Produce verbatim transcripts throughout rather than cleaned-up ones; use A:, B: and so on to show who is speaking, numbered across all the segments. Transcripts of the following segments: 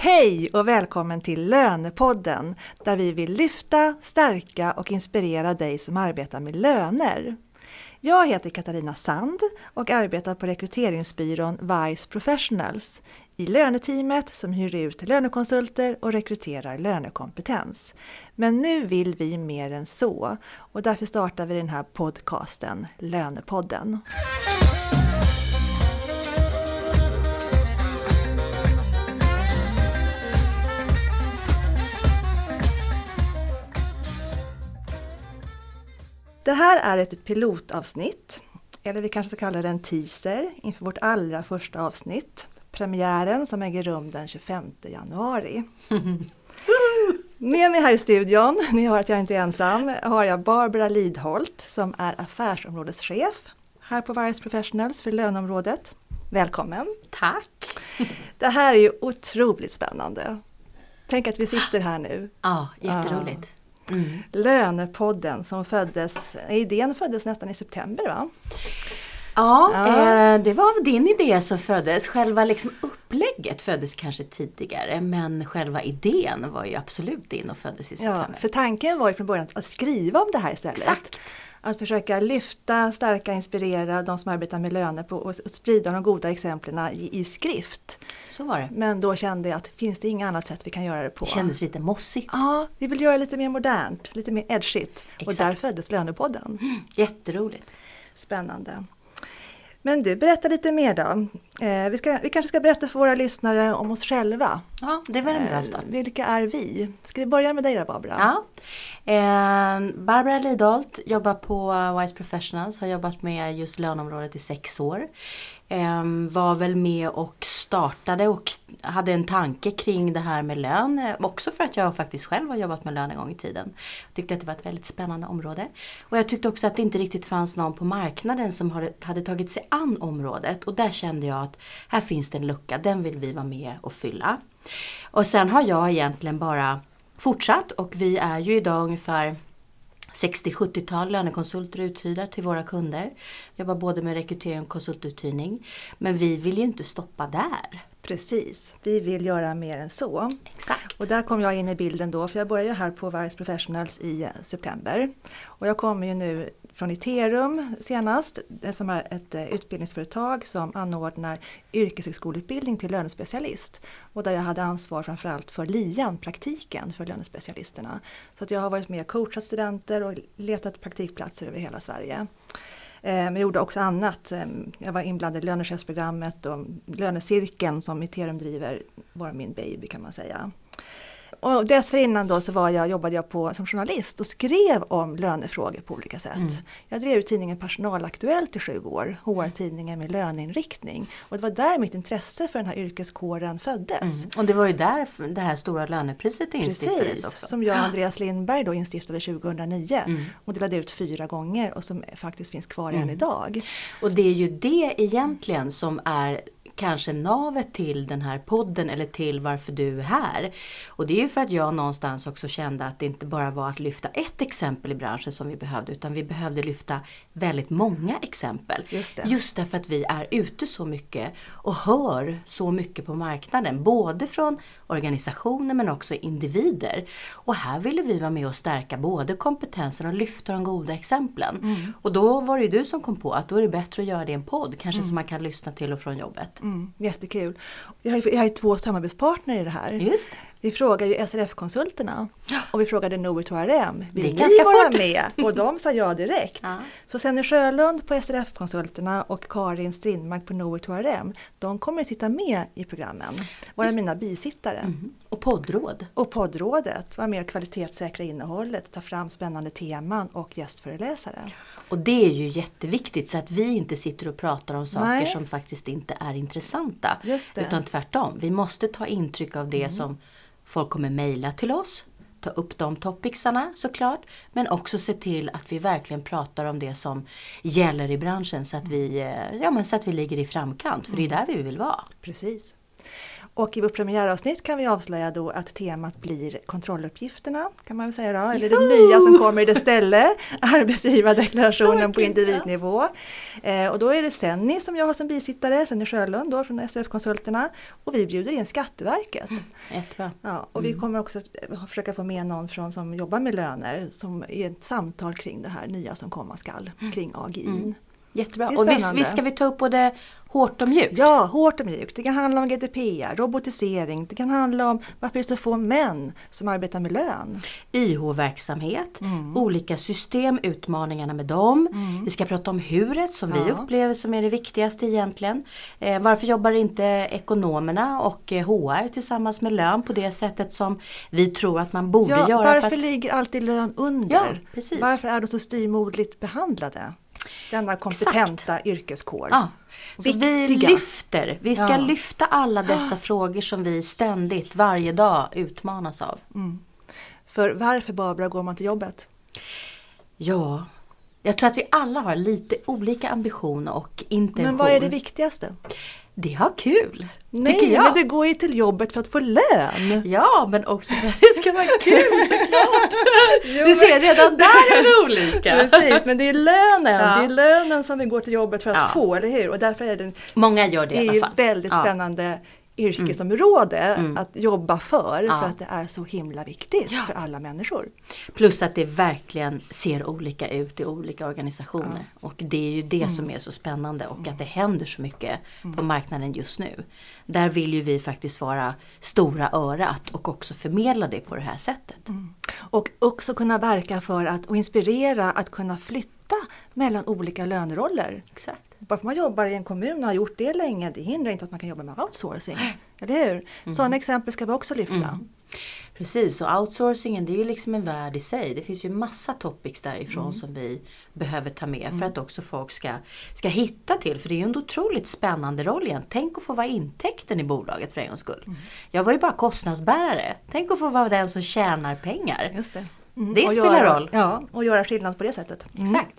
A: Hej och välkommen till Lönepodden där vi vill lyfta, stärka och inspirera dig som arbetar med löner. Jag heter Katarina Sand och arbetar på rekryteringsbyrån Wise Professionals i löneteamet som hyr ut lönekonsulter och rekryterar lönekompetens. Men nu vill vi mer än så och därför startar vi den här podcasten Lönepodden. Det här är ett pilotavsnitt, eller vi kanske ska kalla det en teaser, inför vårt allra första avsnitt. Premiären som äger rum den tjugofemte januari. Med mig här i studion, ni hör att jag inte är ensam, har jag Barbara Lidholt som är affärsområdeschef här på Wise Professionals för löneområdet. Välkommen!
B: Tack!
A: Det här är ju otroligt spännande. Tänk att vi sitter här nu.
B: Ja, jätteroligt.
A: Ja.
B: Mm.
A: Lönepodden som föddes, idén föddes nästan i september va?
B: Ja,
A: ja.
B: Eh, det var din idé som föddes. Själva liksom upplägget föddes kanske tidigare, men själva idén var ju absolut din och föddes i september.
A: Ja, för tanken var ju från början att skriva om det här istället.
B: Exakt.
A: Att försöka lyfta, stärka, inspirera de som arbetar med löner på, och sprida de goda exemplen i, i skrift.
B: Så var det.
A: Men då kände jag att finns det inget annat sätt vi kan göra det på.
B: Det kändes lite mossigt.
A: Ja, vi vill göra lite mer modernt, lite mer edgigt.
B: Exakt.
A: Och där föddes Lönepodden.
B: Mm, jätteroligt.
A: Spännande. Men du, berätta lite mer då. Eh, vi, ska, vi kanske ska berätta för våra lyssnare om oss själva.
B: Ja, det var en bra start.
A: Eh, vilka är vi? Ska vi börja med dig då, Barbara?
B: Ja. Eh, Barbara Lidholt jobbar på Wise Professionals, har jobbat med just löneområdet i sex år. Eh, var väl med och startade och hade en tanke kring det här med lön. Eh, också för att jag faktiskt själv har jobbat med lön en gång i tiden. Jag tyckte att det var ett väldigt spännande område. Och jag tyckte också att det inte riktigt fanns någon på marknaden som hade, hade tagit sig an området. Och där kände jag att här finns det en lucka, den vill vi vara med och fylla. Och sen har jag egentligen bara fortsatt och vi är ju idag ungefär sextio-sjuttiotal lönekonsulter uthyrda till våra kunder. Vi jobbar både med rekrytering och konsultuthyrning. Men vi vill ju inte stoppa där.
A: Precis, vi vill göra mer än så.
B: Exakt.
A: Och där kom jag in i bilden då, för jag började ju här på Wise Professionals i september. Och jag kommer ju nu från Iterum senast, som är ett utbildningsföretag som anordnar yrkeshögskoleutbildning till lönespecialist. Och där jag hade ansvar framförallt för L I A N-praktiken för lönespecialisterna. Så att jag har varit med och coachat studenter och letat praktikplatser över hela Sverige. Men jag gjorde också annat. Jag var inblandad i lönechefsprogrammet och lönecirkeln som Iterum driver var min baby kan man säga. Och dessförinnan då så var jag, jobbade jag på, som journalist och skrev om lönefrågor på olika sätt. Mm. Jag drev tidningen Personalaktuellt i sju år, H R-tidningen med löneinriktning. Och det var där mitt intresse för den här yrkeskåren föddes.
B: Mm. Och det var ju där det här stora lönepriset instiftades. Precis, också.
A: Som jag och Andreas Lindberg då instiftade tjugohundranio mm. och delade ut fyra gånger och som faktiskt finns kvar mm. än idag.
B: Och det är ju det egentligen som är kanske navet till den här podden eller till varför du är här. Och det är ju för att jag någonstans också kände att det inte bara var att lyfta ett exempel i branschen som vi behövde, utan vi behövde lyfta väldigt många exempel.
A: Just det.
B: Just därför att vi är ute så mycket och hör så mycket på marknaden, både från organisationer men också individer. Och här ville vi vara med och stärka både kompetensen och lyfta de goda exemplen. Mm. Och då var det ju du som kom på att då är det bättre att göra det i en podd, kanske mm. som man kan lyssna till och från jobbet.
A: Mm, jättekul. Jag har, jag har ju två samarbetspartner i det här.
B: Just det.
A: Vi frågar ju S R F-konsulterna och vi frågade Know It R M. Vill ni
B: ganska
A: vara
B: fort.
A: med? Och de sa ja direkt.
B: Ja.
A: Så Senny Sjölund på S R F-konsulterna och Karin Strindmark på Know It R M, de kommer att sitta med i programmen. Vara Just. mina bisittare.
B: Mm. Och poddråd.
A: Och poddrådet. Vara med och kvalitetssäkra innehållet. Ta fram spännande teman och gästföreläsare.
B: Och det är ju jätteviktigt så att vi inte sitter och pratar om saker
A: Nej.
B: som faktiskt inte är intressanta.
A: Just det.
B: Utan tvärtom. Vi måste ta intryck av det mm. som folk kommer mejla till oss. Ta upp de topicsarna såklart. Men också se till att vi verkligen pratar om det som gäller i branschen. Så att vi, ja, men så att vi ligger i framkant. För det är där vi vill vara.
A: Precis. Och i vårt premiäravsnitt kan vi avslöja då att temat blir kontrolluppgifterna, kan man väl säga då. Eller det nya som kommer i det ställe, arbetsgivardeklarationen på individnivå. Eh, och då är det Senni som jag har som bisittare, Senni Sjölund då från S R F-konsulterna. Och vi bjuder in Skatteverket.
B: Mm, jättebra.
A: Ja, och mm. vi kommer också försöka få med någon från som jobbar med löner som är ett samtal kring det här nya som komma skall, kring A G I. Mm.
B: Jättebra. Och visst, visst ska vi ta upp både hårt och mjukt?
A: Ja, hårt och mjukt. Det kan handla om G D P R, robotisering. Det kan handla om varför det är så få män som arbetar med lön.
B: I H-verksamhet, mm. olika system, utmaningarna med dem. Mm. Vi ska prata om huret som ja. vi upplever som är det viktigaste egentligen. Eh, varför jobbar inte ekonomerna och eh, H R tillsammans med lön på det sättet som vi tror att man borde
A: ja,
B: göra?
A: Varför
B: för att...
A: ligger alltid lön under?
B: Ja, precis.
A: Varför är de så styrmodligt behandlade? Denna kompetenta Exakt. yrkeskår.
B: Ja. Så vi lyfter, vi ska ja. lyfta alla dessa frågor som vi ständigt varje dag utmanas av.
A: Mm. För varför, Barbara, går man till jobbet?
B: Ja, jag tror att vi alla har lite olika ambition och intention.
A: Men vad är det viktigaste?
B: Det har kul,
A: Nej,
B: tycker jag.
A: men du går ju till jobbet för att få lön.
B: Ja, men också för att det ska vara kul såklart. jo, du ser, redan där är det olika.
A: Precis, men det är lönen. Ja. Det är lönen som vi går till jobbet för att ja. få, eller hur? Och därför är det,
B: Många gör det,
A: det
B: i alla fall.
A: Det är väldigt ja. spännande yrkesområde
B: mm.
A: att jobba för,
B: ja.
A: för att det är så himla viktigt ja. för alla människor.
B: Plus att det verkligen ser olika ut i olika organisationer. Ja. Och det är ju det mm. som är så spännande och att det händer så mycket mm. på marknaden just nu. Där vill ju vi faktiskt vara stora örat och också förmedla det på det här sättet.
A: Mm. Och också kunna verka för att och inspirera att kunna flytta mellan olika löneroller.
B: Exakt.
A: Bara för man jobbar i en kommun och har gjort det länge, det hindrar inte att man kan jobba med outsourcing. Eller hur? Mm. Sådana exempel ska vi också lyfta. Mm.
B: Precis, och outsourcingen, det är ju liksom en värld i sig. Det finns ju massa topics därifrån mm. som vi behöver ta med mm. för att också folk ska, ska hitta till. För det är ju en otroligt spännande roll igen. Tänk att få vara intäkten i bolaget för en gångs skull. Mm. Jag var ju bara kostnadsbärare. Tänk att få vara den som tjänar pengar.
A: Just det. Mm.
B: Det
A: och
B: spelar
A: göra,
B: roll.
A: Ja, och göra skillnad på det sättet.
B: Mm. Exakt.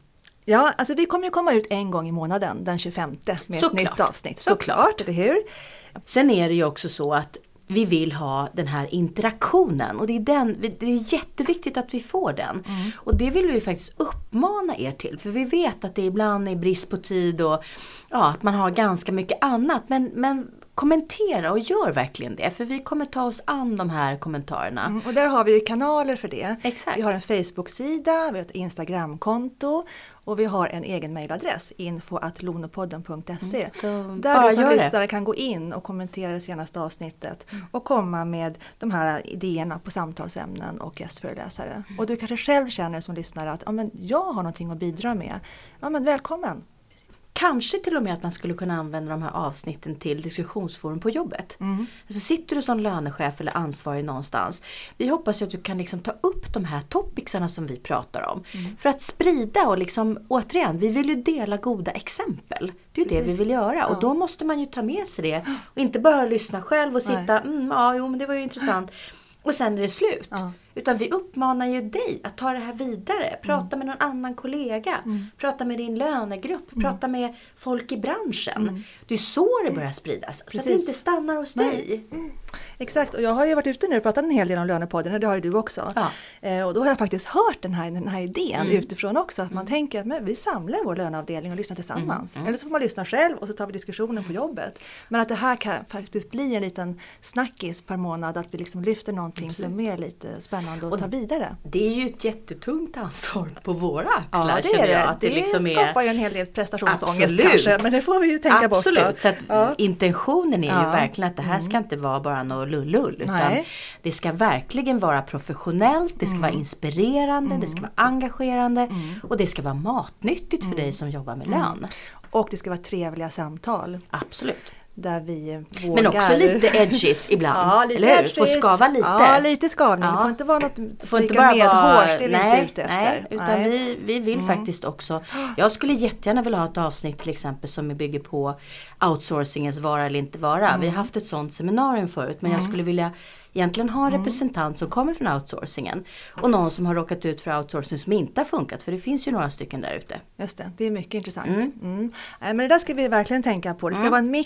A: Ja, alltså vi kommer ju komma ut en gång i månaden, den tjugofemte, med
B: Såklart.
A: ett nytt avsnitt.
B: Såklart,
A: eller hur?
B: Sen är det ju också så att vi vill ha den här interaktionen och det är, den, det är jätteviktigt att vi får den. Mm. Och det vill vi faktiskt uppmana er till, för vi vet att det ibland är brist på tid och ja, att man har ganska mycket annat. Men, men kommentera och gör verkligen det, för vi kommer ta oss an de här kommentarerna. Mm,
A: och där har vi ju kanaler för det.
B: Exakt. Vi
A: har en Facebook-sida, vi har ett Instagram-konto och vi har en egen mejladress, info at lonopodden punkt se. Mm, där du som lyssnare kan gå in och kommentera det senaste avsnittet mm. och komma med de här idéerna på samtalsämnen och gästföreläsare. Mm. Och du kanske själv känner som lyssnare att ja, men jag har någonting att bidra med. Ja, men välkommen!
B: Kanske till och med att man skulle kunna använda de här avsnitten till diskussionsforum på jobbet. Mm. Alltså sitter du som lönechef eller ansvarig någonstans. Vi hoppas ju att du kan liksom ta upp de här topicsarna som vi pratar om. Mm. För att sprida och liksom, återigen, vi vill ju dela goda exempel. Det är ju det vi vill göra. Ja. Och då måste man ju ta med sig det. Och inte bara lyssna själv och sitta, mm, ja jo men det var ju intressant. Och sen är det slut. Ja. Utan vi uppmanar ju dig att ta det här vidare. Prata mm. med någon annan kollega. Mm. Prata med din lönegrupp. Mm. Prata med folk i branschen. Mm. Det är så det börjar spridas. Precis. Så att det inte stannar hos Nej. dig. Mm.
A: Exakt. Och jag har ju varit ute nu och pratat en hel del om lönepodden. Och det har ju du också. Ja. Eh, och då har jag faktiskt hört den här, den här idén mm. utifrån också. Att mm. man tänker att men, vi samlar vår löneavdelning och lyssnar tillsammans. Mm. Mm. Eller så får man lyssna själv och så tar vi diskussionen på jobbet. Men att det här kan faktiskt bli en liten snackis per månad. Att vi liksom lyfter någonting Absolut. som är lite spännande och, och ta vidare.
B: Det är ju ett jättetungt ansvar på våra axlar.
A: Ja, det är det.
B: Att
A: det,
B: det liksom
A: skapar
B: är...
A: ju en hel del prestationsångest kanske. Men det får vi ju tänka
B: Absolut.
A: bort.
B: Så att
A: ja.
B: intentionen är
A: ja.
B: ju verkligen att det här
A: mm.
B: ska inte vara bara något lullull. Utan
A: Nej.
B: det ska verkligen vara professionellt. Det ska mm. vara inspirerande. Mm. Det ska vara engagerande. Mm. Och det ska vara matnyttigt för mm. dig som jobbar med
A: mm.
B: lön.
A: Och det ska vara trevliga samtal.
B: Absolut.
A: Där vi vågar.
B: Men också lite edgigt ibland,
A: ja, lite
B: eller hur?
A: Edgigt.
B: Får skava lite.
A: Ja, lite skavning. Ja. Det får inte vara något får inte bara medhårs, det är
B: nej,
A: inte ute efter.
B: Nej, utan nej. Vi, vi vill
A: mm.
B: faktiskt också. Jag skulle jättegärna vilja ha ett avsnitt till exempel som bygger på outsourcingens vara eller inte vara. Mm. Vi har haft ett sånt seminarium förut, men mm. jag skulle vilja egentligen ha en mm. representant som kommer från outsourcingen. Och någon som har råkat ut för outsourcing som inte har funkat. För det finns ju några stycken där ute.
A: Just det, det är mycket intressant. Mm. Mm. Nej, men det där ska vi verkligen tänka på. Det ska mm. vara en mix mellan H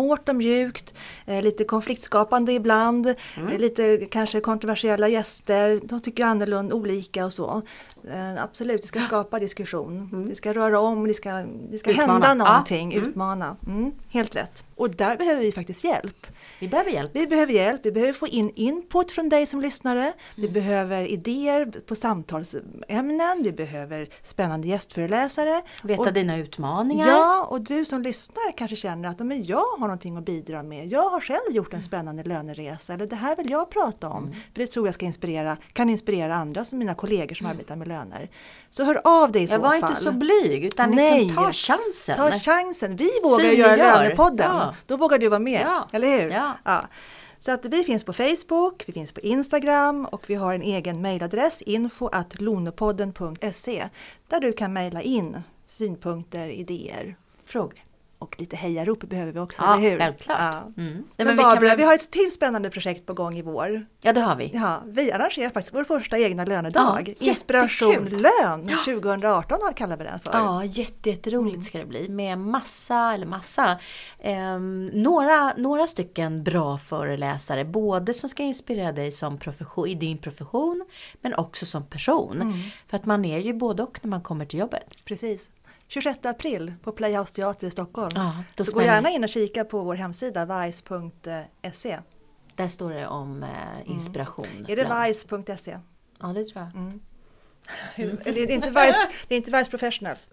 A: hårt och mjukt, eh, lite konfliktskapande ibland, mm. eh, lite kanske kontroversiella gäster, de tycker annorlunda, olika och så. Eh, absolut, det ska skapa diskussion. Mm. Det ska röra om, det ska, det ska hända någonting, ja. mm. utmana. Mm, helt rätt. Och där behöver vi faktiskt hjälp.
B: Vi behöver hjälp.
A: Vi behöver hjälp. Vi behöver få in input från dig som lyssnare. Mm. Vi behöver idéer på samtalsämnen. Vi behöver spännande gästföreläsare.
B: Veta och, dina utmaningar.
A: Ja, och du som lyssnar kanske känner att men jag har någonting att bidra med. Jag har själv gjort en spännande löneresa. Eller det här vill jag prata om. Mm. För det tror jag ska inspirera, kan inspirera andra som mina kollegor som mm. arbetar med löner. Så hör av dig i så fall.
B: Jag var inte så blyg utan
A: Nej.
B: liksom ta chansen.
A: Ta chansen. Vi vågar göra Lönepodden. Ja. Då vågar du vara med. Ja. Eller hur?
B: Ja.
A: Ja. Så att vi finns på Facebook, vi finns på Instagram och vi har en egen mejladress info at lonepodden punkt se där du kan mejla in synpunkter, idéer,
B: frågor.
A: Och lite hejarop behöver vi också,
B: ja,
A: eller hur?
B: Självklart.
A: Ja,
B: mm.
A: men, men Barbara, vi, kan... vi har ett till spännande projekt på gång i vår.
B: Ja, det har vi.
A: Ja, vi arrangerar faktiskt vår första egna lönedag.
B: Ja,
A: Inspiration lön tjugo arton kallar vi den för.
B: Ja, jätte, jätteroligt mm. ska det bli. Med massa, eller massa, eh, några, några stycken bra föreläsare. Både som ska inspirera dig som profession, i din profession, men också som person. Mm. För att man är ju både och när man kommer till jobbet.
A: Precis. tjugosjätte april på Playhouse Teater i Stockholm.
B: Ja,
A: så gå gärna in och kika på vår hemsida vice punkt se.
B: Där står det om eh, inspiration. Mm.
A: Är det vice punkt se?
B: Ja, det tror jag.
A: Mm. Mm. det, är inte Vice, det är inte Vice Professionals.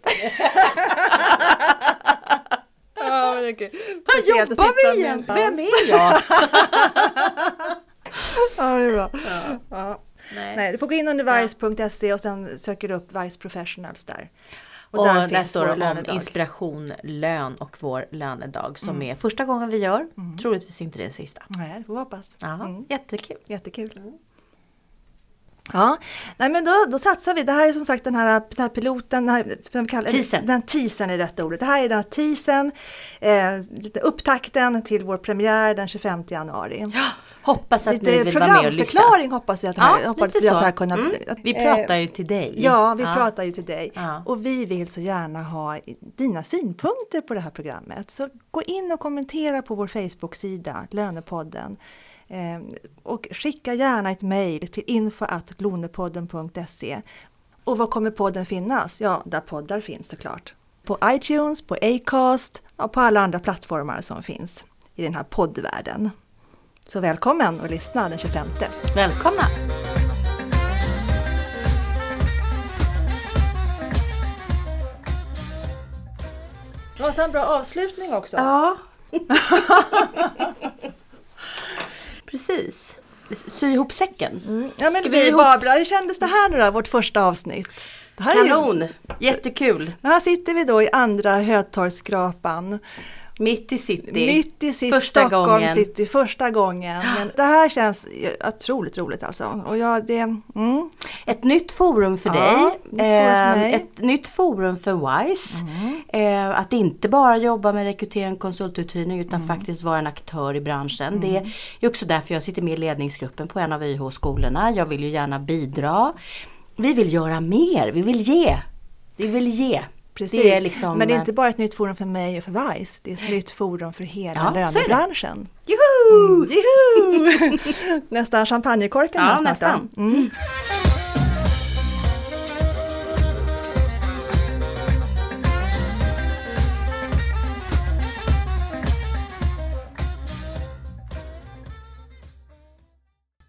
A: Ja, men okay.
B: Vad jobbar vi igen? Vem är jag?
A: Ja, det är bra. Ja. Ja. Nej. Nej, du får gå in under vice punkt se och sen söker du upp Vice Professionals där.
B: Och, och där, där står det om inspiration, lön och vår lönedag som mm. är första gången vi gör. Mm. Troligtvis inte det sista.
A: Nej, det får hoppas.
B: Mm. Jättekul.
A: Jättekul. Mm. Ja, nej men då, då satsar vi. Det här är som sagt den här, den här piloten, den här, kallar,
B: teasern.
A: Den teasern är rätt ordet. Det här är den här teasern, eh, lite upptakten till vår premiär den tjugofemte januari.
B: Ja, hoppas att lite ni vill vara med och lyssna.
A: Programförklaring hoppas vi att det här,
B: ja,
A: hoppas vi att det här kunna
B: mm.
A: att,
B: Vi pratar ju till dig.
A: Ja, vi ja. pratar ju till dig.
B: Ja.
A: Och vi vill så gärna ha dina synpunkter på det här programmet. Så gå in och kommentera på vår Facebook-sida, Lönepodden. Eh, och skicka gärna ett mejl till info at lonepodden punkt se. Och var kommer podden finnas? Ja, där poddar finns såklart. På iTunes, på Acast och på alla andra plattformar som finns i den här poddvärlden. Så välkommen och lyssna den tjugofemte.
B: Välkomna!
A: Det var så en bra avslutning också.
B: Ja. Precis. Sy ihop säcken.
A: Mm. Ja, men vi Barbara, hur kändes det här nu då, vårt första avsnitt?
B: Det här Kanon, är ju... jättekul.
A: Här sitter vi då i andra Hötorgsskrapan.
B: Mitt i city.
A: Mitt i city.
B: Första
A: Stockholm
B: gången.
A: City, första gången. Men det här känns otroligt roligt alltså. Och jag, det, mm.
B: Ett nytt forum för
A: ja,
B: dig. Eh, ett nytt forum för Wise. Mm. Eh, att inte bara jobba med rekrytering och konsultuthyrning utan mm. faktiskt vara en aktör i branschen. Mm. Det är också därför jag sitter med i ledningsgruppen på en av Y H-skolorna. Jag vill ju gärna bidra. Vi vill göra mer. Vi vill ge. Vi vill ge.
A: Precis. Det är liksom, men det är inte bara ett nytt forum för mig och för Vice. Det är ett ja. nytt forum för hela ja, lönebranschen.
B: Juhu!
A: Mm. Juhu! Nästan champagnekorken.
B: Ja, nästan. Mm.